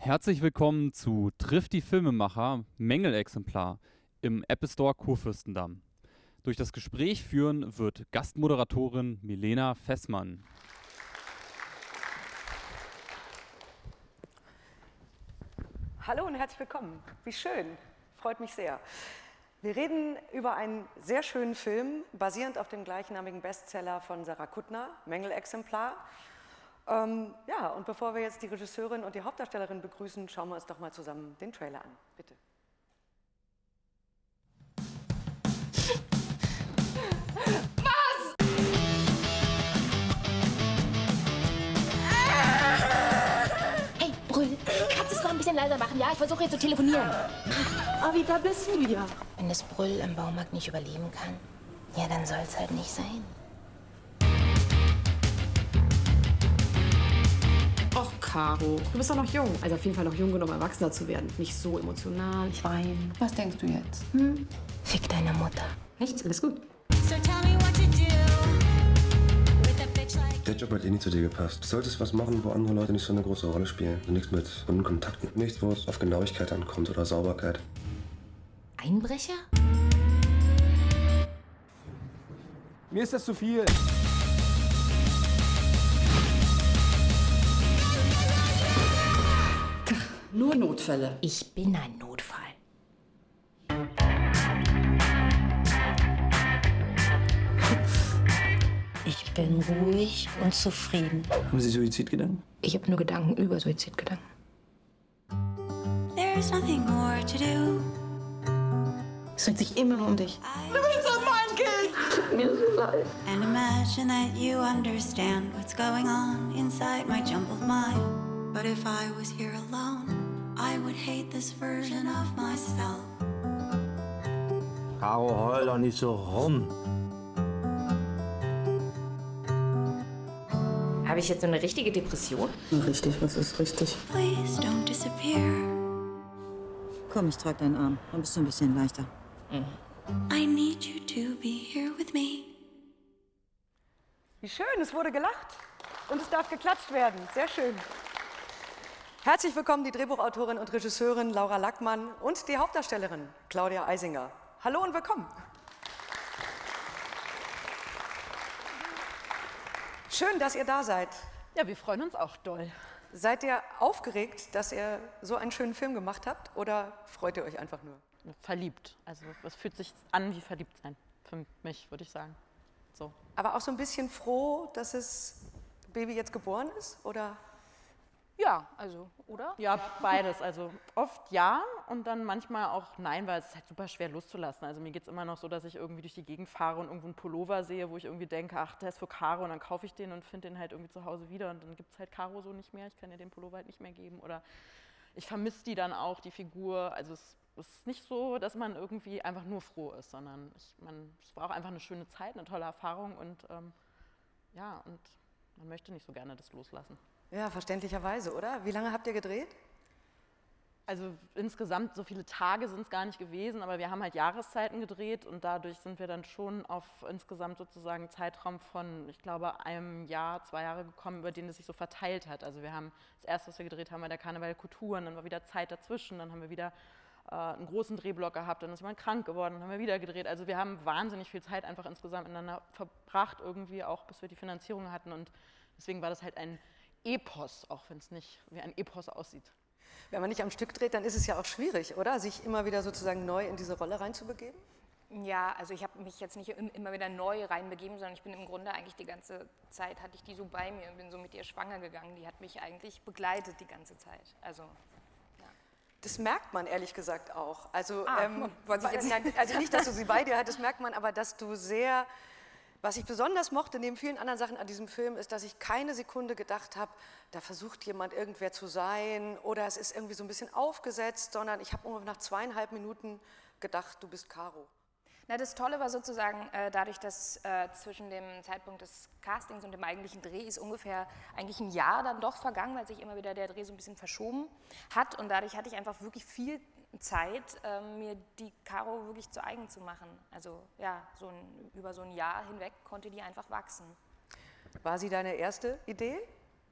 Herzlich willkommen zu Trifft die Filmemacher Mängelexemplar im Apple Store Kurfürstendamm. Durch das Gespräch führen wird Gastmoderatorin Milena Fessmann. Hallo und herzlich willkommen. Wie schön, freut mich sehr. Wir reden über einen sehr schönen Film, basierend auf dem gleichnamigen Bestseller von Sarah Kuttner, Mängelexemplar. Und bevor wir jetzt die Regisseurin und die Hauptdarstellerin begrüßen, schauen wir uns doch mal zusammen den Trailer an. Bitte. Hey, Brüll, kannst du es mal ein bisschen leiser machen? Ja, ich versuche jetzt zu telefonieren. Avi, da bist du ja. Wenn das Brüll im Baumarkt nicht überleben kann, ja, dann soll es halt nicht sein. Och, Caro, du bist doch noch jung. Also auf jeden Fall noch jung genug, um erwachsener zu werden. Nicht so emotional, nicht weinen. Was denkst du jetzt? Fick deine Mutter. Nichts, alles gut. So tell me what to do with a bitch like Der Job hat eh nicht zu dir gepasst. Du solltest was machen, wo andere Leute nicht so eine große Rolle spielen. Und nichts mit Kundenkontakten. Nichts, wo es auf Genauigkeit ankommt oder Sauberkeit. Einbrecher? Mir ist das zu viel. Nur Notfälle. Ich bin ein Notfall. Ich bin ruhig und zufrieden. Haben Sie Suizidgedanken? Ich habe nur Gedanken über Suizidgedanken. there's nothing more to do. Es dreht sich immer nur um dich. And imagine that you understand what's going on inside my jumbled mind. But if I was here alone, I would hate this version of myself. Caro, heul doch nicht so rum. Habe ich jetzt so eine richtige Depression? Richtig, was ist richtig? Please don't disappear. Komm, ich trage deinen Arm. Dann bist du ein bisschen leichter. I need you to be here with me. Wie schön, es wurde gelacht und es darf geklatscht werden. Sehr schön. Herzlich willkommen die Drehbuchautorin und Regisseurin Laura Lackmann und die Hauptdarstellerin Claudia Eisinger. Hallo und willkommen. Schön, dass ihr da seid. Ja, wir freuen uns auch doll. Seid ihr aufgeregt, dass ihr so einen schönen Film gemacht habt oder freut ihr euch einfach nur? Verliebt. Also es fühlt sich an wie verliebt sein. Für mich, würde ich sagen. So. Aber auch so ein bisschen froh, dass das Baby jetzt geboren ist, oder? Ja, also, oder? Ja, beides. Also oft ja und dann manchmal auch nein, weil es ist halt super schwer loszulassen. Also mir geht es immer noch so, dass ich irgendwie durch die Gegend fahre und irgendwo einen Pullover sehe, wo ich irgendwie denke, ach, der ist für Caro und dann kaufe ich den und finde den halt irgendwie zu Hause wieder und dann gibt es halt Caro so nicht mehr. Ich kann ihr den Pullover halt nicht mehr geben oder ich vermisse die dann auch, die Figur. Also es ist nicht so, dass man irgendwie einfach nur froh ist, sondern es war auch einfach eine schöne Zeit, eine tolle Erfahrung und und man möchte nicht so gerne das loslassen. Ja, verständlicherweise, oder? Wie lange habt ihr gedreht? Also insgesamt so viele Tage sind es gar nicht gewesen, aber wir haben halt Jahreszeiten gedreht und dadurch sind wir dann schon auf insgesamt sozusagen einen Zeitraum von, ich glaube, einem Jahr, 2 Jahre gekommen, über den es sich so verteilt hat. Also wir haben das erste, was wir gedreht haben, war der Karneval der Kulturen, dann war wieder Zeit dazwischen, dann haben wir wieder einen großen Drehblock gehabt, dann ist jemand krank geworden, dann haben wir wieder gedreht. Also wir haben wahnsinnig viel Zeit einfach insgesamt miteinander verbracht, irgendwie auch bis wir die Finanzierung hatten und deswegen war das halt ein Epos, auch wenn es nicht wie ein Epos aussieht. Wenn man nicht am Stück dreht, dann ist es ja auch schwierig, oder? Sich immer wieder sozusagen neu in diese Rolle reinzubegeben? Ja, also ich habe mich jetzt nicht immer wieder neu reinbegeben, sondern ich bin im Grunde eigentlich die ganze Zeit, hatte ich die so bei mir und bin so mit ihr schwanger gegangen. Die hat mich eigentlich begleitet die ganze Zeit. Also, ja. Das merkt man ehrlich gesagt auch. Also, jetzt also nicht, dass du sie bei dir hattest, merkt man aber, dass du sehr... Was ich besonders mochte, neben vielen anderen Sachen an diesem Film, ist, dass ich keine Sekunde gedacht habe, da versucht jemand irgendwer zu sein oder es ist irgendwie so ein bisschen aufgesetzt, sondern ich habe nach 2,5 Minuten gedacht, du bist Caro. Na, das Tolle war sozusagen, dadurch, dass zwischen dem Zeitpunkt des Castings und dem eigentlichen Dreh ist ungefähr eigentlich ein Jahr dann doch vergangen, weil sich immer wieder der Dreh so ein bisschen verschoben hat und dadurch hatte ich einfach wirklich viel Zeit, mir die Caro wirklich zu eigen zu machen. Also ja, über so ein Jahr hinweg konnte die einfach wachsen. War sie deine erste Idee?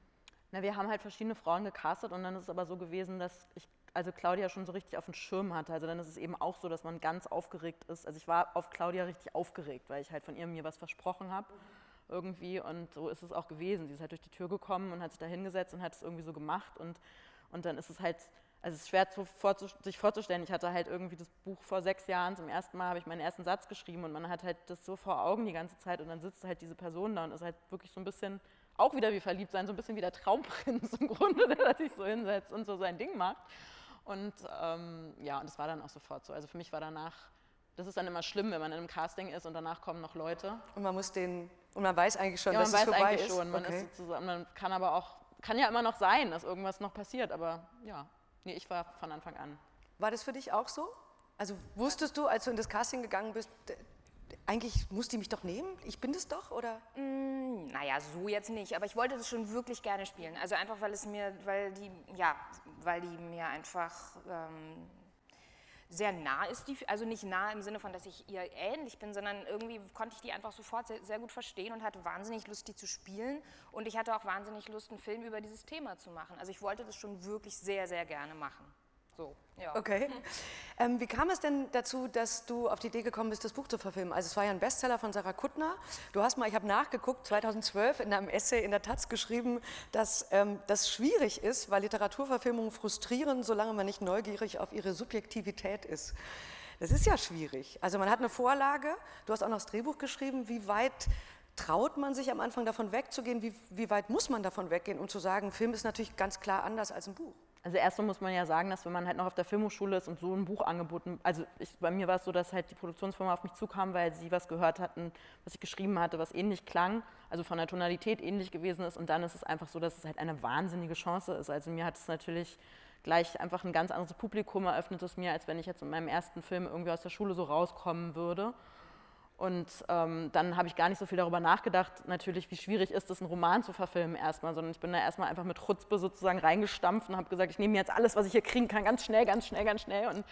Na, wir haben halt verschiedene Frauen gecastet und dann ist es aber so gewesen, dass ich Claudia schon so richtig auf dem Schirm hatte. Also dann ist es eben auch so, dass man ganz aufgeregt ist. Also ich war auf Claudia richtig aufgeregt, weil ich halt von ihr mir was versprochen habe irgendwie und so ist es auch gewesen. Sie ist halt durch die Tür gekommen und hat sich da hingesetzt und hat es irgendwie so gemacht und dann ist es halt, also es ist schwer sich vorzustellen. Ich hatte halt irgendwie das Buch vor 6 Jahren, zum ersten Mal habe ich meinen ersten Satz geschrieben und man hat halt das so vor Augen die ganze Zeit und dann sitzt halt diese Person da und ist halt wirklich so ein bisschen, auch wieder wie verliebt sein, so ein bisschen wie der Traumprinz im Grunde, der sich so hinsetzt und so sein Ding macht. Und ja, und das war dann auch sofort so. Also für mich war danach, das ist dann immer schlimm, wenn man in einem Casting ist und danach kommen noch Leute. Und man weiß eigentlich schon, ja, dass es vorbei ist? man weiß eigentlich schon. Man ist sozusagen, man kann aber auch, kann ja immer noch sein, dass irgendwas noch passiert, aber ja, nee, ich war von Anfang an. War das für dich auch so? Also wusstest du, als du in das Casting gegangen bist, eigentlich muss die mich doch nehmen? Ich bin das doch, oder? Naja, so jetzt nicht. Aber ich wollte das schon wirklich gerne spielen. Also einfach, weil die mir einfach sehr nah ist. Also nicht nah im Sinne von, dass ich ihr ähnlich bin, sondern irgendwie konnte ich die einfach sofort sehr, sehr gut verstehen und hatte wahnsinnig Lust, die zu spielen. Und ich hatte auch wahnsinnig Lust, einen Film über dieses Thema zu machen. Also ich wollte das schon wirklich sehr, sehr gerne machen. So, ja. Okay. Wie kam es denn dazu, dass du auf die Idee gekommen bist, das Buch zu verfilmen? Also es war ja ein Bestseller von Sarah Kuttner. Du hast mal, ich habe nachgeguckt, 2012 in einem Essay in der Taz geschrieben, dass das schwierig ist, weil Literaturverfilmungen frustrieren, solange man nicht neugierig auf ihre Subjektivität ist. Das ist ja schwierig. Also man hat eine Vorlage, du hast auch noch das Drehbuch geschrieben. Wie weit traut man sich am Anfang davon wegzugehen? Wie weit muss man davon weggehen, um zu sagen, Film ist natürlich ganz klar anders als ein Buch? Also erstmal muss man ja sagen, dass wenn man halt noch auf der Filmhochschule ist und so ein Buch angeboten, also bei mir war es so, dass halt die Produktionsfirma auf mich zukam, weil sie was gehört hatten, was ich geschrieben hatte, was ähnlich klang, also von der Tonalität ähnlich gewesen ist und dann ist es einfach so, dass es halt eine wahnsinnige Chance ist. Also mir hat es natürlich gleich einfach ein ganz anderes Publikum eröffnet es mir, als wenn ich jetzt in meinem ersten Film irgendwie aus der Schule so rauskommen würde. Und dann habe ich gar nicht so viel darüber nachgedacht, natürlich, wie schwierig ist es, einen Roman zu verfilmen erstmal, sondern ich bin da erstmal einfach mit Chutzpe sozusagen reingestampft und habe gesagt, ich nehme jetzt alles, was ich hier kriegen kann, ganz schnell und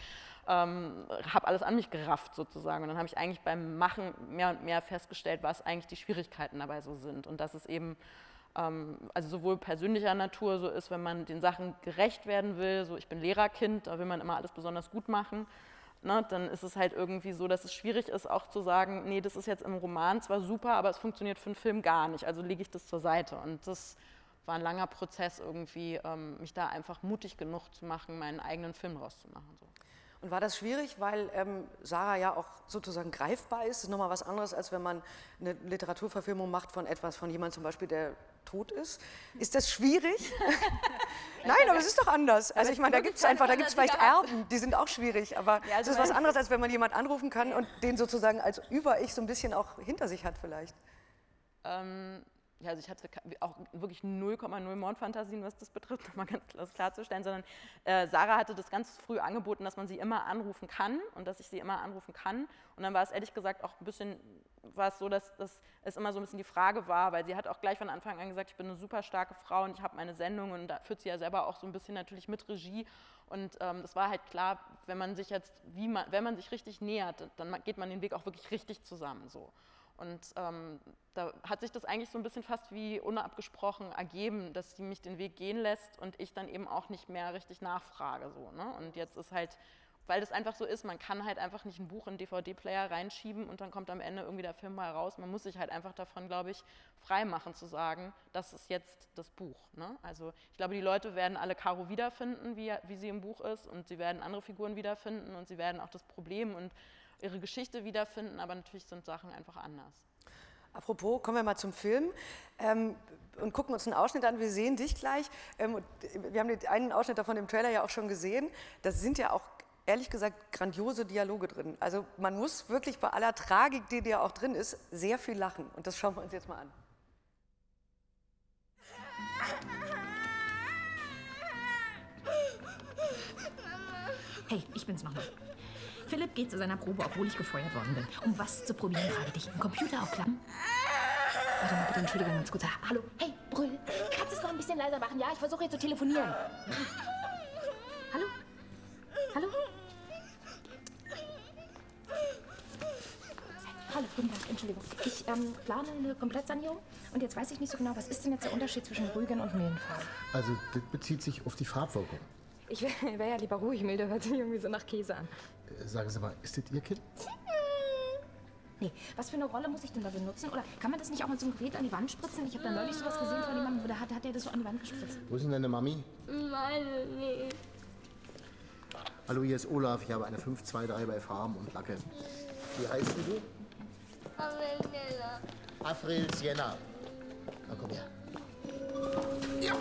habe alles an mich gerafft sozusagen. Und dann habe ich eigentlich beim Machen mehr und mehr festgestellt, was eigentlich die Schwierigkeiten dabei so sind und dass es eben also sowohl persönlicher Natur so ist, wenn man den Sachen gerecht werden will, so ich bin Lehrerkind, da will man immer alles besonders gut machen. Ne, dann ist es halt irgendwie so, dass es schwierig ist, auch zu sagen, nee, das ist jetzt im Roman zwar super, aber es funktioniert für einen Film gar nicht, also lege ich das zur Seite. Und das war ein langer Prozess irgendwie, mich da einfach mutig genug zu machen, meinen eigenen Film draus zu machen. So. Und war das schwierig, weil Sarah ja auch sozusagen greifbar ist? Das ist nochmal was anderes, als wenn man eine Literaturverfilmung macht von jemand zum Beispiel, der tot ist. Ist das schwierig? Nein, aber es ist doch anders. Also ich meine, da gibt es vielleicht Erben, die sind auch schwierig, aber es ist was anderes, als wenn man jemanden anrufen kann und den sozusagen als Über-Ich so ein bisschen auch hinter sich hat vielleicht. Ja, also ich hatte auch wirklich 0,0 Mordfantasien, was das betrifft, um mal ganz klarzustellen, sondern Sarah hatte das ganz früh angeboten, dass man sie immer anrufen kann und dass ich sie immer anrufen kann. Und dann war es ehrlich gesagt auch ein bisschen, war es so, dass es immer so ein bisschen die Frage war, weil sie hat auch gleich von Anfang an gesagt, ich bin eine super starke Frau und ich habe meine Sendung und da führt sie ja selber auch so ein bisschen natürlich mit Regie. Und das war halt klar, wenn man sich richtig nähert, dann geht man den Weg auch wirklich richtig zusammen so. Und da hat sich das eigentlich so ein bisschen fast wie unabgesprochen ergeben, dass sie mich den Weg gehen lässt und ich dann eben auch nicht mehr richtig nachfrage. So, ne? Und jetzt ist halt, weil das einfach so ist, man kann halt einfach nicht ein Buch in den DVD-Player reinschieben und dann kommt am Ende irgendwie der Film mal raus. Man muss sich halt einfach davon, glaube ich, frei machen zu sagen, das ist jetzt das Buch. Ne? Also ich glaube, die Leute werden alle Caro wiederfinden, wie sie im Buch ist und sie werden andere Figuren wiederfinden und sie werden auch das Problem und ihre Geschichte wiederfinden, aber natürlich sind Sachen einfach anders. Apropos, kommen wir mal zum Film und gucken uns einen Ausschnitt an. Wir sehen dich gleich. Wir haben den einen Ausschnitt davon im Trailer ja auch schon gesehen. Das sind ja auch, ehrlich gesagt, grandiose Dialoge drin. Also man muss wirklich bei aller Tragik, die da auch drin ist, sehr viel lachen. Und das schauen wir uns jetzt mal an. Hey, ich bin's nochmal. Philipp geht zu seiner Probe, obwohl ich gefeuert worden bin. Um was zu probieren, frage dich. Im Computer aufklappen? Warte mal bitte, Entschuldigung, ganz kurz. Hallo? Hey, Brüll, kannst du es mal ein bisschen leiser machen? Ja, ich versuche hier zu telefonieren. Hallo? Hallo, guten Tag, Entschuldigung. Entschuldigung. Ich plane eine Komplettsanierung und jetzt weiß ich nicht so genau, was ist denn jetzt der Unterschied zwischen ruhigen und milden Farben? Also, das bezieht sich auf die Farbwirkung. Ich wäre ja lieber ruhig, milde hört sich irgendwie so nach Käse an. Sagen Sie mal, ist das Ihr Kind? Nee, was für eine Rolle muss ich denn da benutzen? Oder kann man das nicht auch mit so einem Gerät an die Wand spritzen? Ich habe da neulich sowas gesehen von jemandem, da hat der das so an die Wand gespritzt. Wo ist denn deine Mami? Hallo, hier ist Olaf. Ich habe eine 523 bei Farben und Lacke. Wie heißt denn du? Afril Sienna. Na, komm her. Ja!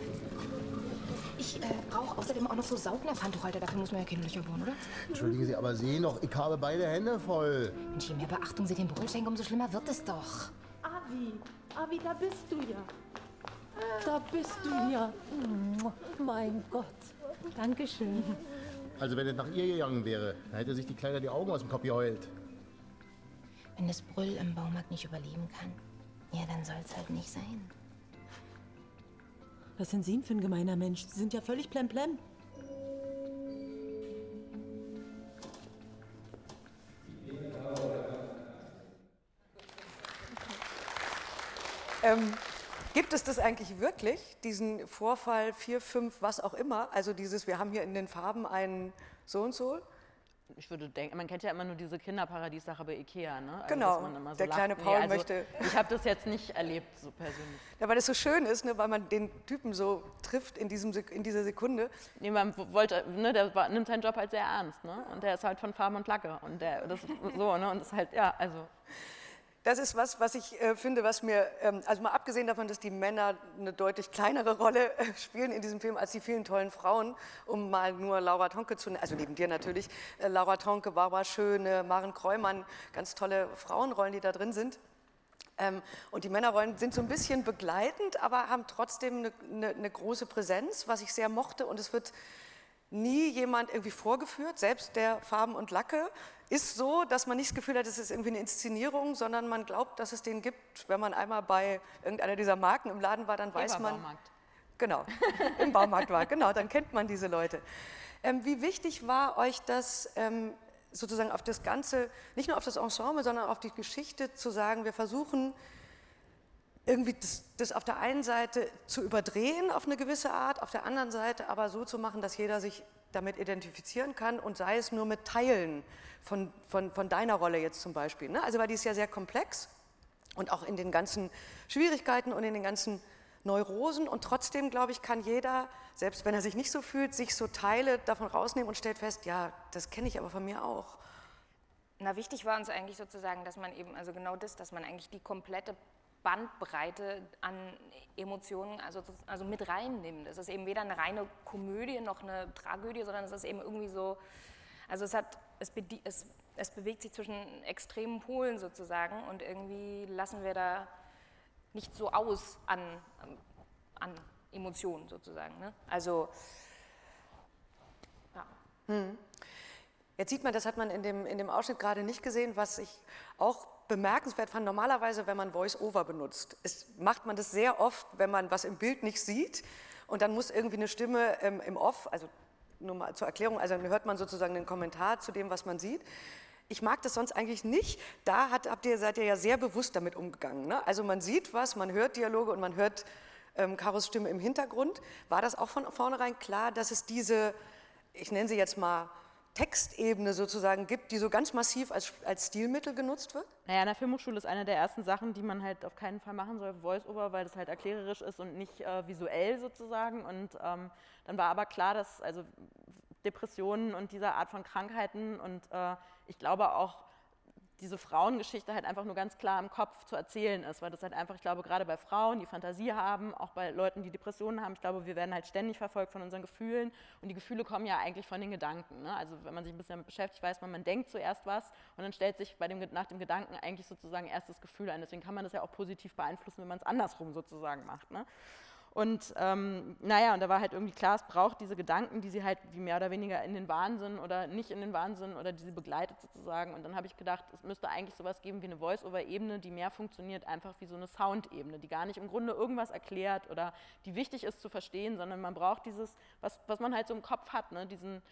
Ich brauche außerdem auch noch so Saugnapf-Handtuchhalter. Dafür muss man ja keine Löcher bohren, oder? Entschuldigen Sie, aber sehen doch, ich habe beide Hände voll. Und je mehr Beachtung Sie dem Brüll schenken, umso schlimmer wird es doch. Avi, da bist du ja. Da bist du ja. Mein Gott. Dankeschön. Also wenn es nach ihr gegangen wäre, dann hätte sich die Kleine die Augen aus dem Kopf geheult. Wenn das Brüll im Baumarkt nicht überleben kann, ja, dann soll es halt nicht sein. Was sind Sie denn für ein gemeiner Mensch? Sie sind ja völlig plemplem. Gibt es das eigentlich wirklich, diesen Vorfall 4, 5, was auch immer? Also dieses, wir haben hier in den Farben einen so und so? Ich würde denken, man kennt ja immer nur diese Kinderparadies-Sache bei Ikea, ne? Also, Genau, dass man immer so der lacht. kleine Paul also, möchte... Ich habe das jetzt nicht erlebt, so persönlich. Ja, weil das so schön ist, ne, weil man den Typen so trifft in dieser Sekunde. Nee, man wollte, ne, der nimmt seinen Job halt sehr ernst, ne? Und der ist halt von Farben und Lacke. Und das so, ne? Und das ist halt, ja, also... Das ist was ich finde, was mir, also mal abgesehen davon, dass die Männer eine deutlich kleinere Rolle spielen in diesem Film als die vielen tollen Frauen, um mal nur Laura Tonke zu nennen, also neben dir natürlich, Laura Tonke, Barbara Schöne, Maren Kreumann, ganz tolle Frauenrollen, die da drin sind. Und die Männerrollen sind so ein bisschen begleitend, aber haben trotzdem eine große Präsenz, was ich sehr mochte. Und es wird nie jemand irgendwie vorgeführt, selbst der Farben und Lacke ist so, dass man nicht das Gefühl hat, es ist irgendwie eine Inszenierung, sondern man glaubt, dass es den gibt. Wenn man einmal bei irgendeiner dieser Marken im Laden war, dann weiß man... Baumarkt. Genau, im Baumarkt war, genau, dann kennt man diese Leute. Wie wichtig war euch das, sozusagen auf das Ganze, nicht nur auf das Ensemble, sondern auf die Geschichte zu sagen, wir versuchen irgendwie das auf der einen Seite zu überdrehen auf eine gewisse Art, auf der anderen Seite aber so zu machen, dass jeder sich damit identifizieren kann und sei es nur mit Teilen von deiner Rolle jetzt zum Beispiel. Ne? Also weil die ist ja sehr komplex und auch in den ganzen Schwierigkeiten und in den ganzen Neurosen und trotzdem, glaube ich, kann jeder, selbst wenn er sich nicht so fühlt, sich so Teile davon rausnehmen und stellt fest, ja, das kenne ich aber von mir auch. Na, wichtig war uns eigentlich sozusagen, dass man eben, also genau das, dass man eigentlich die komplette Bandbreite an Emotionen also mit reinnimmt. Es ist eben weder eine reine Komödie noch eine Tragödie, sondern es ist eben irgendwie so, also es bewegt sich zwischen extremen Polen sozusagen und irgendwie lassen wir da nicht so aus an Emotionen sozusagen. Ne? Also, ja. Jetzt sieht man, das hat man in dem Ausschnitt gerade nicht gesehen, was ich auch bemerkenswert fand. Normalerweise, wenn man Voice-Over benutzt, macht man das sehr oft, wenn man was im Bild nicht sieht und dann muss irgendwie eine Stimme im Off, also nur mal zur Erklärung, also dann hört man sozusagen den Kommentar zu dem, was man sieht. Ich mag das sonst eigentlich nicht. Da seid ihr ja sehr bewusst damit umgegangen. Ne? Also man sieht was, man hört Dialoge und man hört Karos Stimme im Hintergrund. War das auch von vornherein klar, dass es diese, ich nenne sie jetzt mal, Textebene sozusagen gibt, die so ganz massiv als Stilmittel genutzt wird? Naja, in der Filmhochschule ist eine der ersten Sachen, die man halt auf keinen Fall machen soll, Voice-Over, weil das halt erklärerisch ist und nicht visuell sozusagen. Und dann war aber klar, dass also Depressionen und diese Art von Krankheiten und ich glaube auch diese Frauengeschichte halt einfach nur ganz klar im Kopf zu erzählen ist, weil das halt einfach, ich glaube, gerade bei Frauen, die Fantasie haben, auch bei Leuten, die Depressionen haben, ich glaube, wir werden halt ständig verfolgt von unseren Gefühlen und die Gefühle kommen ja eigentlich von den Gedanken. Ne? Also wenn man sich ein bisschen damit beschäftigt, weiß man denkt zuerst was und dann stellt sich nach dem Gedanken eigentlich sozusagen erst das Gefühl ein. Deswegen kann man das ja auch positiv beeinflussen, wenn man es andersrum sozusagen macht. Ne? Und naja, und da war halt irgendwie klar, es braucht diese Gedanken, die sie halt wie mehr oder weniger in den Wahnsinn oder nicht in den Wahnsinn oder die sie begleitet sozusagen. Und dann habe ich gedacht, es müsste eigentlich sowas geben wie eine Voice-Over-Ebene, die mehr funktioniert einfach wie so eine Sound-Ebene, die gar nicht im Grunde irgendwas erklärt oder die wichtig ist zu verstehen, sondern man braucht dieses, was man halt so im Kopf hat, ne?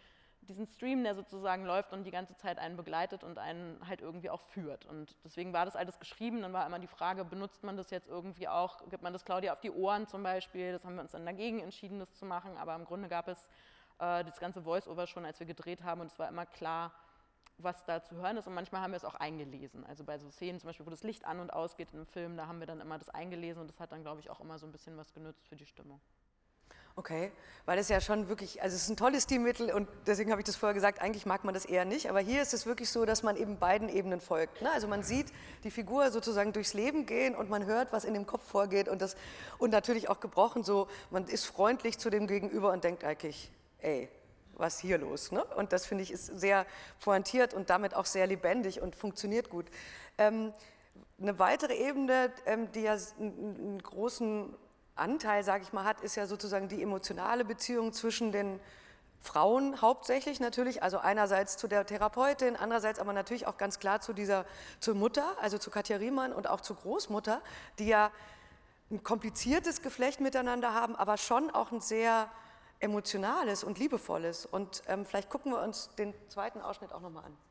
diesen Stream, der sozusagen läuft und die ganze Zeit einen begleitet und einen halt irgendwie auch führt. Und deswegen war das alles geschrieben. Dann war immer die Frage, benutzt man das jetzt irgendwie auch, gibt man das Claudia auf die Ohren zum Beispiel? Das haben wir uns dann dagegen entschieden, das zu machen. Aber im Grunde gab es das ganze Voice-Over schon, als wir gedreht haben. Und es war immer klar, was da zu hören ist. Und manchmal haben wir es auch eingelesen. Also bei so Szenen zum Beispiel, wo das Licht an und ausgeht im Film, da haben wir dann immer das eingelesen. Und das hat dann, glaube ich, auch immer so ein bisschen was genützt für die Stimmung. Okay, weil das ja schon wirklich, also es ist ein tolles Stilmittel und deswegen habe ich das vorher gesagt, eigentlich mag man das eher nicht, aber hier ist es wirklich so, dass man eben beiden Ebenen folgt. Ne? Also man sieht die Figur sozusagen durchs Leben gehen und man hört, was in dem Kopf vorgeht und natürlich auch gebrochen so, man ist freundlich zu dem Gegenüber und denkt eigentlich, ey, was ist hier los? Ne? Und das finde ich ist sehr pointiert und damit auch sehr lebendig und funktioniert gut. Eine weitere Ebene, die ja einen großen Anteil, sage ich mal, hat, ist ja sozusagen die emotionale Beziehung zwischen den Frauen hauptsächlich natürlich, also einerseits zu der Therapeutin, andererseits aber natürlich auch ganz klar zur Mutter, also zu Katja Riemann und auch zur Großmutter, die ja ein kompliziertes Geflecht miteinander haben, aber schon auch ein sehr emotionales und liebevolles. Und vielleicht gucken wir uns den zweiten Ausschnitt auch nochmal an.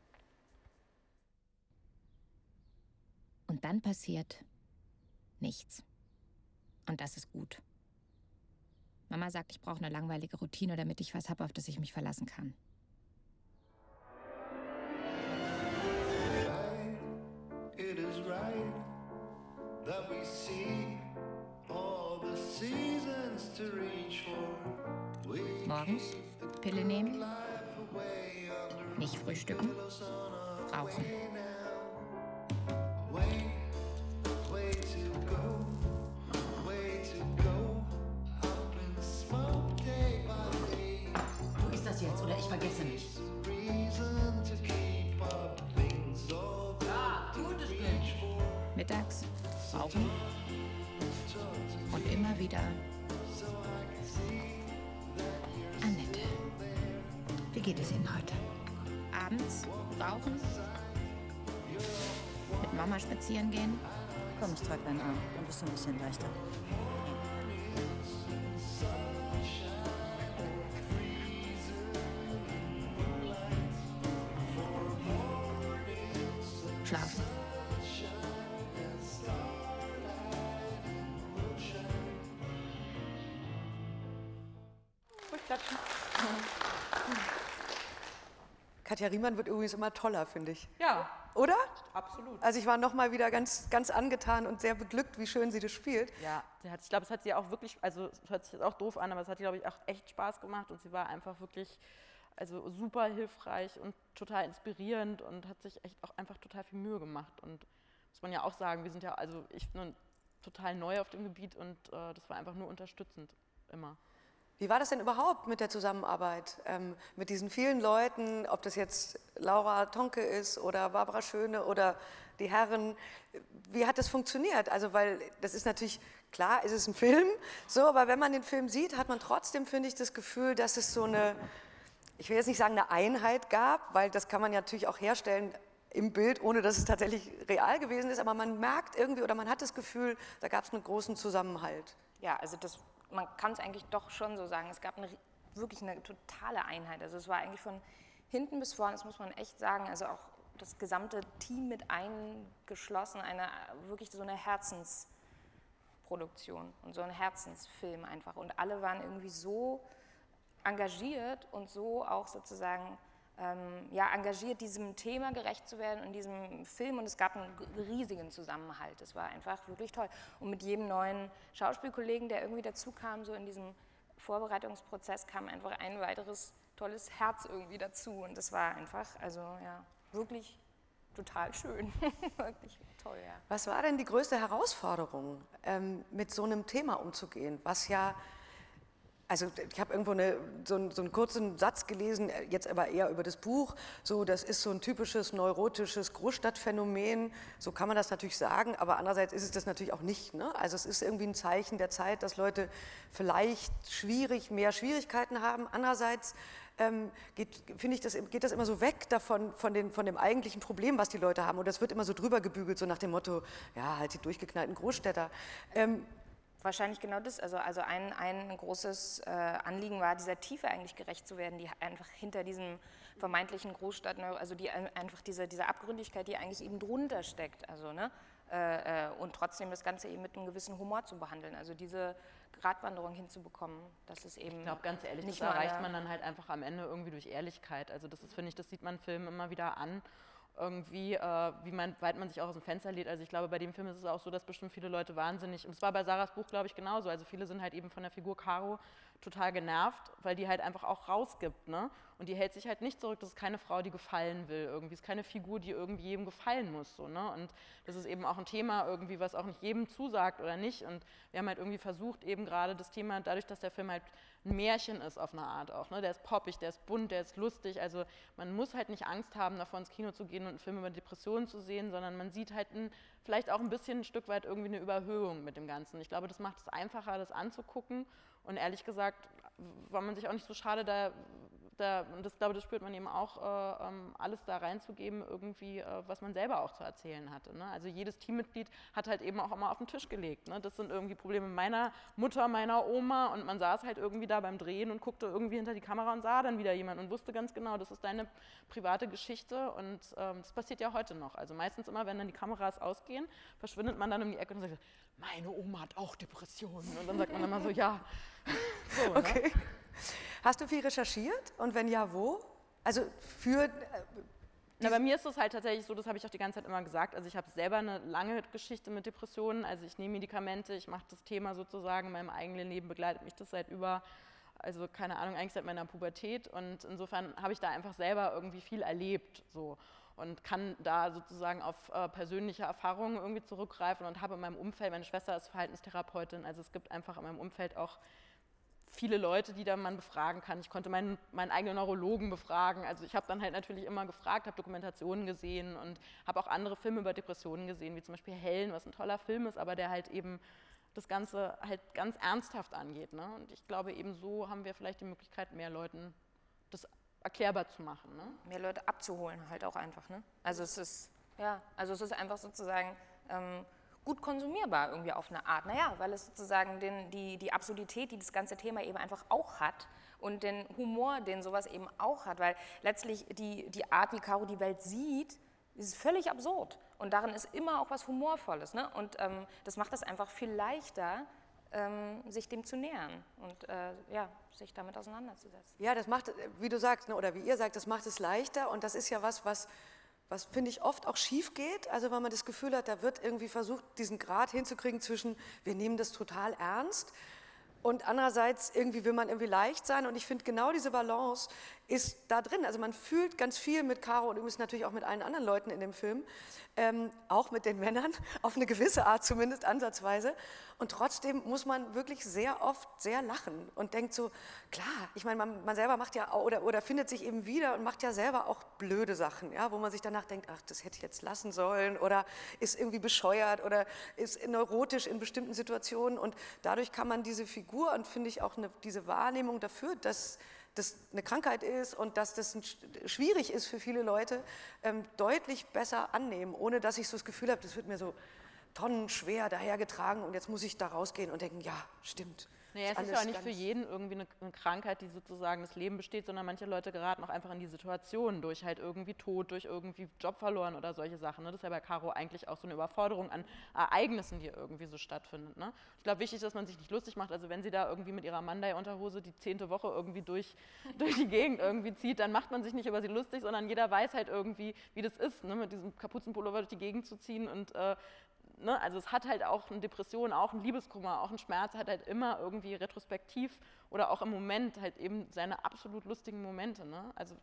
Und dann passiert nichts. Und das ist gut. Mama sagt, ich brauche eine langweilige Routine, damit ich was habe, auf das ich mich verlassen kann. It is right that we see all the seasons to reach for. Morgens Pille nehmen, nicht frühstücken, rauchen. Jetzt, oder ich vergesse mich. Ja, tut es nicht. Mittags rauchen und immer wieder Annette. Wie geht es Ihnen heute? Abends rauchen, mit Mama spazieren gehen. Komm, ich trage deinen Arm, dann bist du ein bisschen leichter. Schlafen. Katja Riemann wird übrigens immer toller, finde ich. Ja. Oder? Absolut. Also ich war noch mal wieder ganz, ganz angetan und sehr beglückt, wie schön sie das spielt. Ja, ich glaube, es hat sie auch wirklich, also es hört sich jetzt auch doof an, aber es hat ihr, glaube ich, auch echt Spaß gemacht und sie war einfach wirklich, also super hilfreich und total inspirierend und hat sich echt auch einfach total viel Mühe gemacht. Und muss man ja auch sagen, wir sind ja, also ich bin total neu auf dem Gebiet und das war einfach nur unterstützend immer. Wie war das denn überhaupt mit der Zusammenarbeit mit diesen vielen Leuten, ob das jetzt Laura Tonke ist oder Barbara Schöne oder die Herren? Wie hat das funktioniert? Also weil das ist natürlich, klar, ist es ein Film, so, aber wenn man den Film sieht, hat man trotzdem, finde ich, das Gefühl, dass es so eine, ich will jetzt nicht sagen eine Einheit gab, weil das kann man ja natürlich auch herstellen im Bild, ohne dass es tatsächlich real gewesen ist, aber man merkt irgendwie oder man hat das Gefühl, da gab es einen großen Zusammenhalt. Ja, also man kann es eigentlich doch schon so sagen, es gab wirklich eine totale Einheit. Also es war eigentlich von hinten bis vorne, das muss man echt sagen, also auch das gesamte Team mit eingeschlossen, wirklich so eine Herzensproduktion und so ein Herzensfilm einfach. Und alle waren irgendwie so engagiert und so auch sozusagen engagiert, diesem Thema gerecht zu werden in diesem Film. Und es gab einen riesigen Zusammenhalt. Es war einfach wirklich toll. Und mit jedem neuen Schauspielkollegen, der irgendwie dazu kam, so in diesem Vorbereitungsprozess, kam einfach ein weiteres tolles Herz irgendwie dazu. Und das war einfach, also ja, wirklich total schön. Wirklich toll, ja. Was war denn die größte Herausforderung, mit so einem Thema umzugehen, was ja, also ich habe irgendwo so einen kurzen Satz gelesen, jetzt aber eher über das Buch, so das ist so ein typisches neurotisches Großstadtphänomen, so kann man das natürlich sagen, aber andererseits ist es das natürlich auch nicht, ne? Also es ist irgendwie ein Zeichen der Zeit, dass Leute vielleicht mehr Schwierigkeiten haben, andererseits finde ich, geht das immer so weg davon, von dem eigentlichen Problem, was die Leute haben, und das wird immer so drüber gebügelt, so nach dem Motto, ja, halt die durchgeknallten Großstädter. Wahrscheinlich genau das. Also ein großes Anliegen war, dieser Tiefe eigentlich gerecht zu werden, die einfach hinter diesem vermeintlichen Großstadt, also einfach diese Abgründigkeit, die eigentlich eben drunter steckt. Also, ne? Und trotzdem das Ganze eben mit einem gewissen Humor zu behandeln. Also diese Gratwanderung hinzubekommen, dass es eben. Ich glaube, ganz ehrlich, nicht das erreicht man dann halt einfach am Ende irgendwie durch Ehrlichkeit. Also das ist, finde ich, das sieht man Filmen immer wieder an. Irgendwie, weit man sich auch aus dem Fenster lehnt. Also ich glaube, bei dem Film ist es auch so, dass bestimmt viele Leute wahnsinnig, und es war bei Sarahs Buch, glaube ich, genauso, also viele sind halt eben von der Figur Caro total genervt, weil die halt einfach auch rausgibt, ne? Und die hält sich halt nicht zurück, das ist keine Frau, die gefallen will irgendwie, ist keine Figur, die irgendwie jedem gefallen muss, so, ne? Und das ist eben auch ein Thema irgendwie, was auch nicht jedem zusagt oder nicht, und wir haben halt irgendwie versucht, eben gerade das Thema, dadurch, dass der Film halt ein Märchen ist auf eine Art auch, ne? Der ist poppig, der ist bunt, der ist lustig, also man muss halt nicht Angst haben, davor ins Kino zu gehen und einen Film über Depressionen zu sehen, sondern man sieht halt vielleicht auch ein bisschen ein Stück weit irgendwie eine Überhöhung mit dem Ganzen. Ich glaube, das macht es einfacher, das anzugucken, und ehrlich gesagt war man sich auch nicht so schade, und das, glaube, das spürt man eben auch, alles da reinzugeben, irgendwie, was man selber auch zu erzählen hatte. Ne? Also jedes Teammitglied hat halt eben auch immer auf den Tisch gelegt. Ne? Das sind irgendwie Probleme meiner Mutter, meiner Oma, und man saß halt irgendwie da beim Drehen und guckte irgendwie hinter die Kamera und sah dann wieder jemand und wusste ganz genau, das ist deine private Geschichte, und das passiert ja heute noch. Also meistens immer, wenn dann die Kameras ausgehen, verschwindet man dann um die Ecke und sagt, meine Oma hat auch Depressionen, und dann sagt man immer so, ja. So, okay. Ne? Hast du viel recherchiert, und wenn ja, wo? Also für... Bei mir ist es halt tatsächlich so, das habe ich auch die ganze Zeit immer gesagt, also ich habe selber eine lange Geschichte mit Depressionen, also ich nehme Medikamente, ich mache das Thema sozusagen in meinem eigenen Leben, begleitet mich das also keine Ahnung, eigentlich seit meiner Pubertät, und insofern habe ich da einfach selber irgendwie viel erlebt, so. Und kann da sozusagen auf persönliche Erfahrungen irgendwie zurückgreifen und habe in meinem Umfeld, meine Schwester ist Verhaltenstherapeutin, also es gibt einfach in meinem Umfeld auch viele Leute, die dann man befragen kann. Ich konnte meinen eigenen Neurologen befragen, also ich habe dann halt natürlich immer gefragt, habe Dokumentationen gesehen und habe auch andere Filme über Depressionen gesehen, wie zum Beispiel Helen, was ein toller Film ist, aber der halt eben das Ganze halt ganz ernsthaft angeht. Ne? Und ich glaube, eben so haben wir vielleicht die Möglichkeit, mehr Leuten das erklärbar zu machen. Ne? Mehr Leute abzuholen halt auch einfach. Ne? Also es ist einfach sozusagen gut konsumierbar irgendwie auf eine Art. Naja, weil es sozusagen die Absurdität, die das ganze Thema eben einfach auch hat, und den Humor, den sowas eben auch hat, weil letztlich die Art, wie Caro die Welt sieht, ist völlig absurd. Und darin ist immer auch was Humorvolles. Ne? Und das macht es einfach viel leichter, sich dem zu nähern und sich damit auseinanderzusetzen. Ja, das macht, wie du sagst, ne, oder wie ihr sagt, das macht es leichter, und das ist ja was finde ich oft auch schief geht, also weil man das Gefühl hat, da wird irgendwie versucht, diesen Grad hinzukriegen zwischen, wir nehmen das total ernst, und andererseits irgendwie will man irgendwie leicht sein, und ich finde, genau diese Balance ist da drin. Also man fühlt ganz viel mit Caro und übrigens natürlich auch mit allen anderen Leuten in dem Film, auch mit den Männern, auf eine gewisse Art zumindest, ansatzweise. Und trotzdem muss man wirklich sehr oft sehr lachen und denkt so, klar, ich meine, man selber macht ja, oder findet sich eben wieder und macht ja selber auch blöde Sachen, ja, wo man sich danach denkt, ach, das hätte ich jetzt lassen sollen, oder ist irgendwie bescheuert oder ist neurotisch in bestimmten Situationen, und dadurch kann man diese Figur und finde ich auch diese Wahrnehmung dafür, dass das eine Krankheit ist und dass das schwierig ist für viele Leute, deutlich besser annehmen, ohne dass ich so das Gefühl habe, das wird mir so tonnenschwer dahergetragen und jetzt muss ich da rausgehen und denken, ja, stimmt. Naja, es ist ja auch nicht für jeden irgendwie eine Krankheit, die sozusagen das Leben besteht, sondern manche Leute geraten auch einfach in die Situation durch halt irgendwie Tod, durch irgendwie Job verloren oder solche Sachen. Ne? Das ist ja bei Caro eigentlich auch so eine Überforderung an Ereignissen, die irgendwie so stattfinden. Ne? Ich glaube, wichtig ist, dass man sich nicht lustig macht. Also wenn sie da irgendwie mit ihrer Mandai-Unterhose die 10. Woche irgendwie durch die Gegend irgendwie zieht, dann macht man sich nicht über sie lustig, sondern jeder weiß halt irgendwie, wie das ist, ne? Mit diesem Kapuzenpullover durch die Gegend zu ziehen und ne, also es hat halt auch eine Depression, auch ein Liebeskummer, auch ein Schmerz, hat halt immer irgendwie retrospektiv oder auch im Moment halt eben seine absolut lustigen Momente. Ne? Also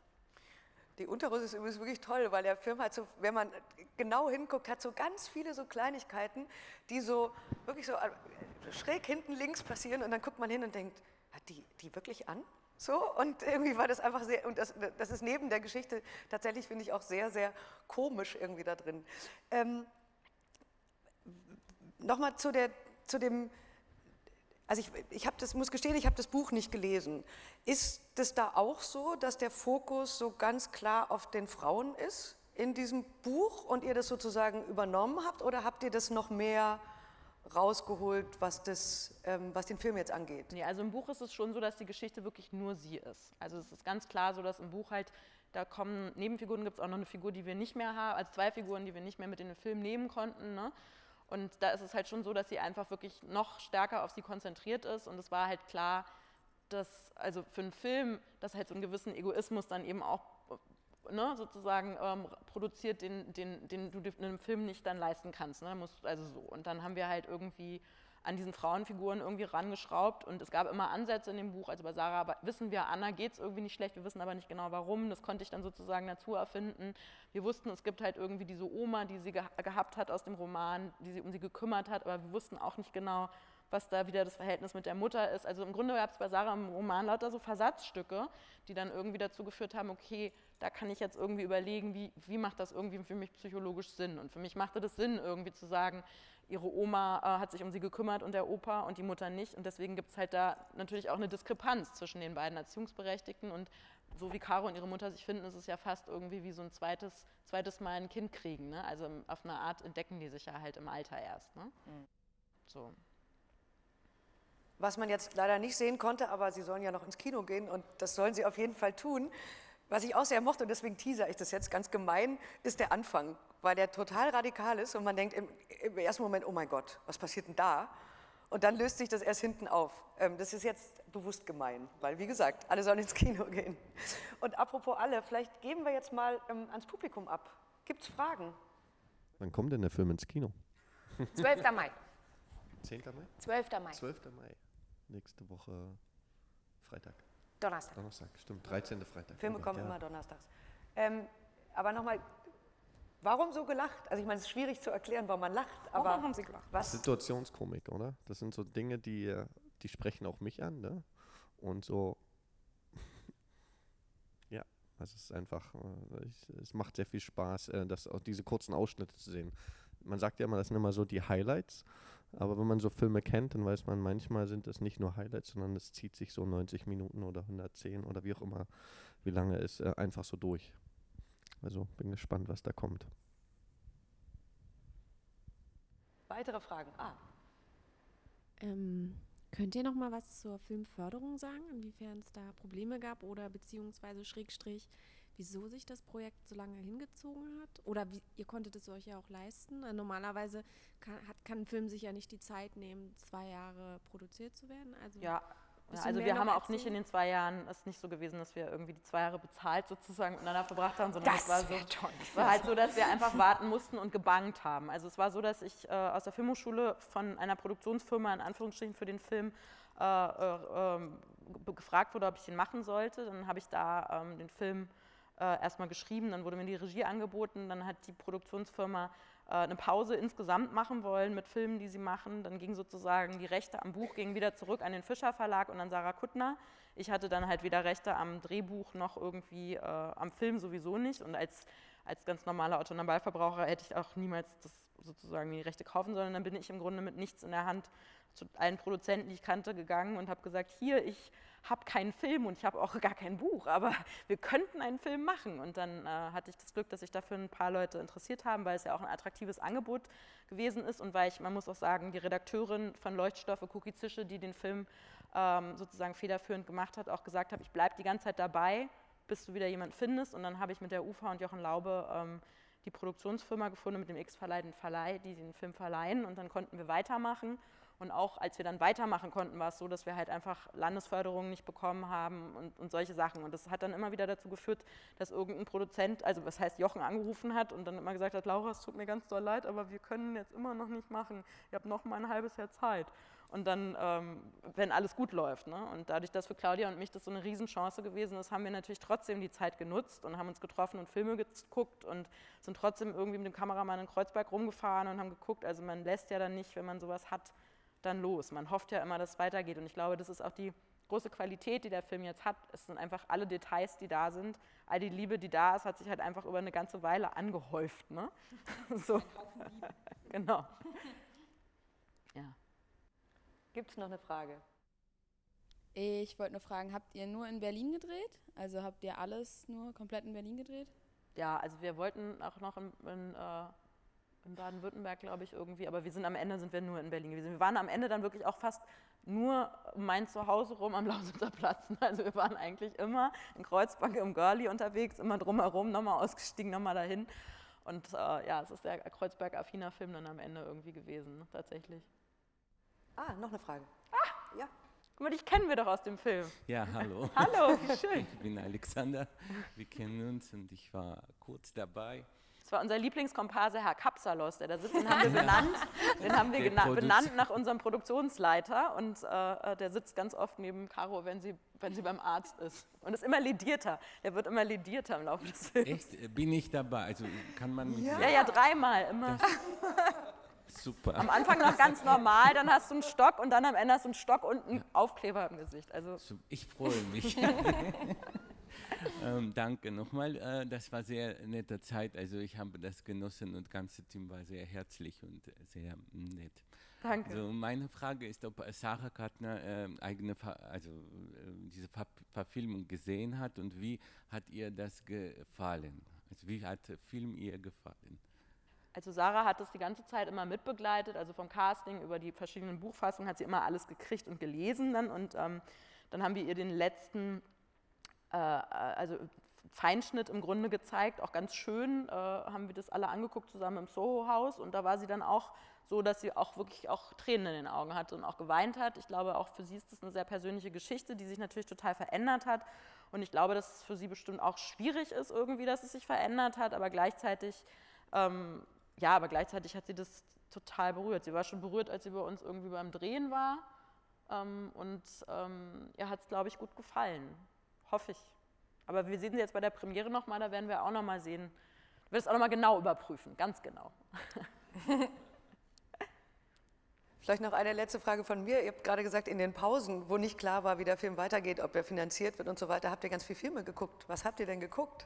die Unterhose ist übrigens wirklich toll, weil der Film hat so, wenn man genau hinguckt, hat so ganz viele so Kleinigkeiten, die so wirklich so schräg hinten links passieren, und dann guckt man hin und denkt, hat die wirklich an? So, und irgendwie war das einfach sehr, und das ist neben der Geschichte tatsächlich, finde ich, auch sehr, sehr komisch irgendwie da drin. Nochmal zu dem, also muss gestehen, ich habe das Buch nicht gelesen. Ist es da auch so, dass der Fokus so ganz klar auf den Frauen ist in diesem Buch und ihr das sozusagen übernommen habt, oder habt ihr das noch mehr rausgeholt, was den Film jetzt angeht? Nee, also im Buch ist es schon so, dass die Geschichte wirklich nur sie ist. Also es ist ganz klar so, dass im Buch halt, da kommen Nebenfiguren, gibt es auch noch eine Figur, die wir nicht mehr haben, also 2 Figuren, die wir nicht mehr mit in den Film nehmen konnten, ne? Und da ist es halt schon so, dass sie einfach wirklich noch stärker auf sie konzentriert ist. Und es war halt klar, dass, also für einen Film, dass halt so einen gewissen Egoismus dann eben auch, ne, sozusagen produziert, den du in einem Film nicht dann leisten kannst. Ne? Also so. Und dann haben wir halt irgendwie an diesen Frauenfiguren irgendwie rangeschraubt. Und es gab immer Ansätze in dem Buch. Also bei Sarah wissen wir, Anna geht es irgendwie nicht schlecht, wir wissen aber nicht genau warum. Das konnte ich dann sozusagen dazu erfinden. Wir wussten, es gibt halt irgendwie diese Oma, die sie gehabt hat aus dem Roman, die sich um sie gekümmert hat, aber wir wussten auch nicht genau, was da wieder das Verhältnis mit der Mutter ist. Also im Grunde gab es bei Sarah im Roman lauter so Versatzstücke, die dann irgendwie dazu geführt haben, okay, da kann ich jetzt irgendwie überlegen, wie macht das irgendwie für mich psychologisch Sinn? Und für mich machte das Sinn, irgendwie zu sagen, ihre Oma hat sich um sie gekümmert und der Opa und die Mutter nicht. Und deswegen gibt es halt da natürlich auch eine Diskrepanz zwischen den beiden Erziehungsberechtigten. Und so wie Caro und ihre Mutter sich finden, ist es ja fast irgendwie wie so ein zweites Mal ein Kind kriegen. Ne? Also auf eine Art entdecken die sich ja halt im Alter erst. Ne? So. Was man jetzt leider nicht sehen konnte, aber Sie sollen ja noch ins Kino gehen und das sollen Sie auf jeden Fall tun. Was ich auch sehr mochte, und deswegen teaser ich das jetzt ganz gemein, ist der Anfang, weil der total radikal ist und man denkt im ersten Moment, oh mein Gott, was passiert denn da? Und dann löst sich das erst hinten auf. Das ist jetzt bewusst gemein, weil wie gesagt, alle sollen ins Kino gehen. Und apropos alle, vielleicht geben wir jetzt mal ans Publikum ab. Gibt's Fragen? Wann kommt denn der Film ins Kino? 12. Mai. 10. Mai? 12. Mai. 12. Mai. Nächste Woche Freitag. Donnerstag. Donnerstag, stimmt. 13. Freitag. Filme kommen immer donnerstags. Aber nochmal, warum so gelacht? Also ich meine, es ist schwierig zu erklären, warum man lacht. Aber warum haben Sie gelacht? Was? Situationskomik, oder? Das sind so Dinge, die sprechen auch mich an, ne? Und so, ja, also es ist einfach, es macht sehr viel Spaß, auch diese kurzen Ausschnitte zu sehen. Man sagt ja immer, das sind immer so die Highlights, aber wenn man so Filme kennt, dann weiß man, manchmal sind es nicht nur Highlights, sondern es zieht sich so 90 Minuten oder 110 oder wie auch immer, wie lange es einfach so durch. Also bin gespannt, was da kommt. Weitere Fragen? Könnt ihr noch mal was zur Filmförderung sagen, inwiefern es da Probleme gab oder beziehungsweise Schrägstrich, wieso sich das Projekt so lange hingezogen hat? Oder ihr konntet es euch ja auch leisten. Normalerweise kann ein Film sich ja nicht die Zeit nehmen, 2 Jahre produziert zu werden. Also ja, also wir haben auch nicht in den 2 Jahren, es ist nicht so gewesen, dass wir irgendwie die 2 Jahre bezahlt sozusagen miteinander verbracht haben, sondern es war halt so, dass wir einfach warten mussten und gebangt haben. Also es war so, dass ich aus der Filmhochschule von einer Produktionsfirma in Anführungsstrichen für den Film gefragt wurde, ob ich den machen sollte. Dann habe ich da den Film erstmal geschrieben, dann wurde mir die Regie angeboten, dann hat die Produktionsfirma eine Pause insgesamt machen wollen mit Filmen, die sie machen. Dann ging sozusagen die Rechte am Buch gingen wieder zurück an den Fischer Verlag und an Sarah Kuttner. Ich hatte dann halt weder Rechte am Drehbuch noch irgendwie am Film sowieso nicht. Und als ganz normaler Otto-Normalverbraucher hätte ich auch niemals das sozusagen die Rechte kaufen sollen. Dann bin ich im Grunde mit nichts in der Hand zu allen Produzenten, die ich kannte, gegangen und habe gesagt, hier, ich habe keinen Film und ich habe auch gar kein Buch, aber wir könnten einen Film machen. Und dann hatte ich das Glück, dass sich dafür ein paar Leute interessiert haben, weil es ja auch ein attraktives Angebot gewesen ist und weil man muss auch sagen, die Redakteurin von Leuchtstoffe, Cookie Zische, die den Film sozusagen federführend gemacht hat, auch gesagt hat, ich bleibe die ganze Zeit dabei, bis du wieder jemanden findest. Und dann habe ich mit der UFA und Jochen Laube die Produktionsfirma gefunden, mit dem X-Verleih, den Verleih, die den Film verleihen. Und dann konnten wir weitermachen. Und auch als wir dann weitermachen konnten, war es so, dass wir halt einfach Landesförderungen nicht bekommen haben und solche Sachen. Und das hat dann immer wieder dazu geführt, dass irgendein Produzent, also was heißt Jochen, angerufen hat und dann immer gesagt hat, Laura, es tut mir ganz doll leid, aber wir können jetzt immer noch nicht machen. Ihr habt noch mal ein halbes Jahr Zeit. Und dann, wenn alles gut läuft. Ne? Und dadurch, dass für Claudia und mich das so eine Riesenchance gewesen ist, haben wir natürlich trotzdem die Zeit genutzt und haben uns getroffen und Filme geguckt und sind trotzdem irgendwie mit dem Kameramann in Kreuzberg rumgefahren und haben geguckt. Also man lässt ja dann nicht, wenn man sowas hat, dann los. Man hofft ja immer, dass es weitergeht. Und ich glaube, das ist auch die große Qualität, die der Film jetzt hat. Es sind einfach alle Details, die da sind. All die Liebe, die da ist, hat sich halt einfach über eine ganze Weile angehäuft. Ne? So. Genau. Ja. Gibt es noch eine Frage? Ich wollte nur fragen, habt ihr nur in Berlin gedreht? Also habt ihr alles nur komplett in Berlin gedreht? Ja, also wir wollten auch noch in Baden-Württemberg, glaube ich, irgendwie. Aber am Ende sind wir nur in Berlin gewesen. Wir waren am Ende dann wirklich auch fast nur um mein Zuhause rum am Lausitzer Platz. Also wir waren eigentlich immer in Kreuzberg im Görli unterwegs, immer drumherum, nochmal ausgestiegen, nochmal dahin. Und es ist der Kreuzberg-affiner Film dann am Ende irgendwie gewesen, tatsächlich. Noch eine Frage. Ja. Guck mal, dich kennen wir doch aus dem Film. Ja, hallo. Hallo, wie schön. Ich bin Alexander, wir kennen uns und ich war kurz dabei. Das war unser Lieblingskomparse, Herr Kapsalos, der da sitzt, den haben wir benannt. Den haben wir benannt nach unserem Produktionsleiter und der sitzt ganz oft neben Caro, wenn sie beim Arzt ist. Und ist immer ledierter. Der wird immer ledierter im Laufe des Films. Echt? Bin ich dabei? Also kann man mich sehen? Ja, 3-mal immer. Super. Am Anfang noch ganz normal, dann hast du einen Stock und dann am Ende hast du einen Stock und einen Aufkleber im Gesicht. Also ich freue mich. Danke nochmal, das war sehr nette Zeit, also ich habe das genossen und das ganze Team war sehr herzlich und sehr nett. Danke. Also meine Frage ist, ob Sarah Kattner diese Verfilmung gesehen hat und wie hat ihr das gefallen? Also wie hat der Film ihr gefallen? Also Sarah hat das die ganze Zeit immer mitbegleitet, also vom Casting über die verschiedenen Buchfassungen hat sie immer alles gekriegt und gelesen dann und dann haben wir ihr den letzten Feinschnitt im Grunde gezeigt, auch ganz schön, haben wir das alle angeguckt zusammen im Soho-Haus und da war sie dann auch so, dass sie auch wirklich auch Tränen in den Augen hatte und auch geweint hat. Ich glaube, auch für sie ist das eine sehr persönliche Geschichte, die sich natürlich total verändert hat und ich glaube, dass es für sie bestimmt auch schwierig ist irgendwie, dass es sich verändert hat, aber gleichzeitig hat sie das total berührt. Sie war schon berührt, als sie bei uns irgendwie beim Drehen war und ihr hat es, glaube ich, gut gefallen. Hoffe ich. Aber wir sehen sie jetzt bei der Premiere nochmal, da werden wir auch nochmal sehen. Wir werden es auch nochmal genau überprüfen, ganz genau. Vielleicht noch eine letzte Frage von mir. Ihr habt gerade gesagt, in den Pausen, wo nicht klar war, wie der Film weitergeht, ob er finanziert wird und so weiter, habt ihr ganz viele Filme geguckt. Was habt ihr denn geguckt?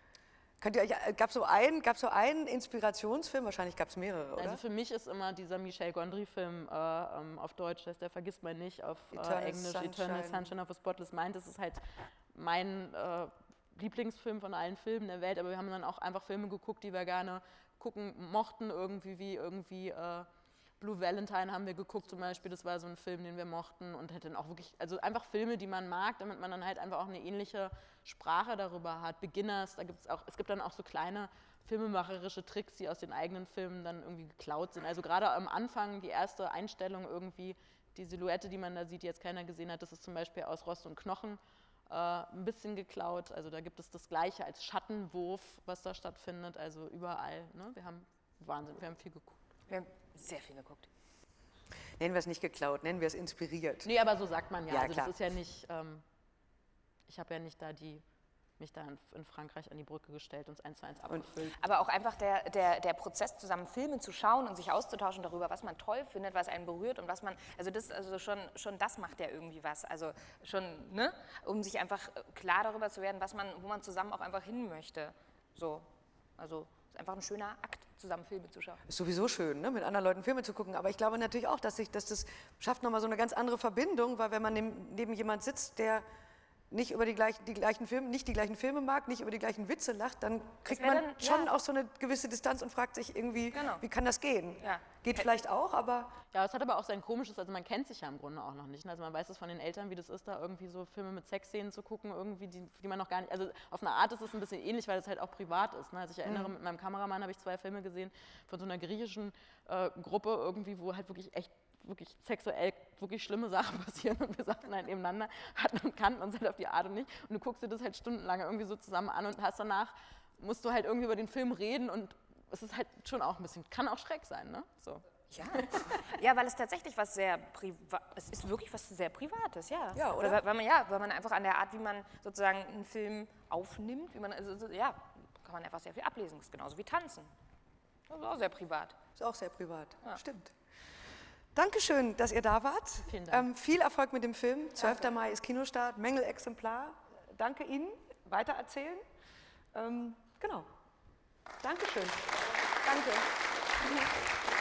Gab es so einen Inspirationsfilm? Wahrscheinlich gab es mehrere, oder? Also für mich ist immer dieser Michel Gondry-Film auf Deutsch, der vergisst man nicht, auf Englisch, Eternal Sunshine of a Spotless Mind. Das ist halt mein Lieblingsfilm von allen Filmen der Welt, aber wir haben dann auch einfach Filme geguckt, die wir gerne gucken mochten, irgendwie Blue Valentine haben wir geguckt zum Beispiel, das war so ein Film, den wir mochten und hätten auch wirklich, also einfach Filme, die man mag, damit man dann halt einfach auch eine ähnliche Sprache darüber hat. Beginners, es gibt dann auch so kleine filmemacherische Tricks, die aus den eigenen Filmen dann irgendwie geklaut sind. Also gerade am Anfang, die erste Einstellung irgendwie, die Silhouette, die man da sieht, die jetzt keiner gesehen hat, das ist zum Beispiel aus Rost und Knochen ein bisschen geklaut. Also da gibt es das Gleiche als Schattenwurf, was da stattfindet, also überall. Ne? Wir haben viel geguckt. Wir haben sehr viel geguckt. Nennen wir es nicht geklaut, nennen wir es inspiriert. Nee, aber so sagt man ja. Also klar. das ist ja nicht, ich habe ja nicht mich da in Frankreich an die Brücke gestellt und es 1:1 abgefüllt. Aber auch einfach der Prozess, zusammen Filme zu schauen und sich auszutauschen darüber, was man toll findet, was einen berührt und was man, schon das macht ja irgendwie was. Also schon, ne, um sich einfach klar darüber zu werden, wo man zusammen auch einfach hin möchte. So, also ist einfach ein schöner Akt, zusammen Filme zu schauen. Ist sowieso schön, ne, mit anderen Leuten Filme zu gucken. Aber ich glaube natürlich auch, dass das schafft nochmal so eine ganz andere Verbindung, weil wenn man neben jemand sitzt, der nicht über die gleichen Filme mag, nicht über die gleichen Witze lacht, dann kriegt man schon auch so eine gewisse Distanz und fragt sich irgendwie, wie kann das gehen? Ja. Geht vielleicht auch, aber... Ja, es hat aber auch sein Komisches, also man kennt sich ja im Grunde auch noch nicht. Also man weiß es von den Eltern, wie das ist, da irgendwie so Filme mit Sexszenen zu gucken, irgendwie, die man noch gar nicht... Also auf eine Art ist es ein bisschen ähnlich, weil es halt auch privat ist. Ne? Also ich erinnere, mit meinem Kameramann habe ich 2 Filme gesehen von so einer griechischen Gruppe irgendwie, wo halt wirklich sexuell wirklich schlimme Sachen passieren und wir saßen halt nebeneinander, kannten uns halt auf die Art und nicht und du guckst dir das halt stundenlang irgendwie so zusammen an und musst du halt irgendwie über den Film reden und es ist halt schon auch ein bisschen, kann auch schräg sein, ne? So. Ja. Ja, weil es tatsächlich es ist wirklich was sehr Privates, ja. Ja, oder? Weil man einfach an der Art, wie man sozusagen einen Film aufnimmt, kann man einfach sehr viel ablesen, das ist genauso wie Tanzen. Das ist auch sehr privat. Ist auch sehr privat, stimmt. Dankeschön, dass ihr da wart. Vielen Dank. Viel Erfolg mit dem Film. 12. Mai ist Kinostart, Mängel-Exemplar. Danke Ihnen, weitererzählen. Genau. Dankeschön. Danke.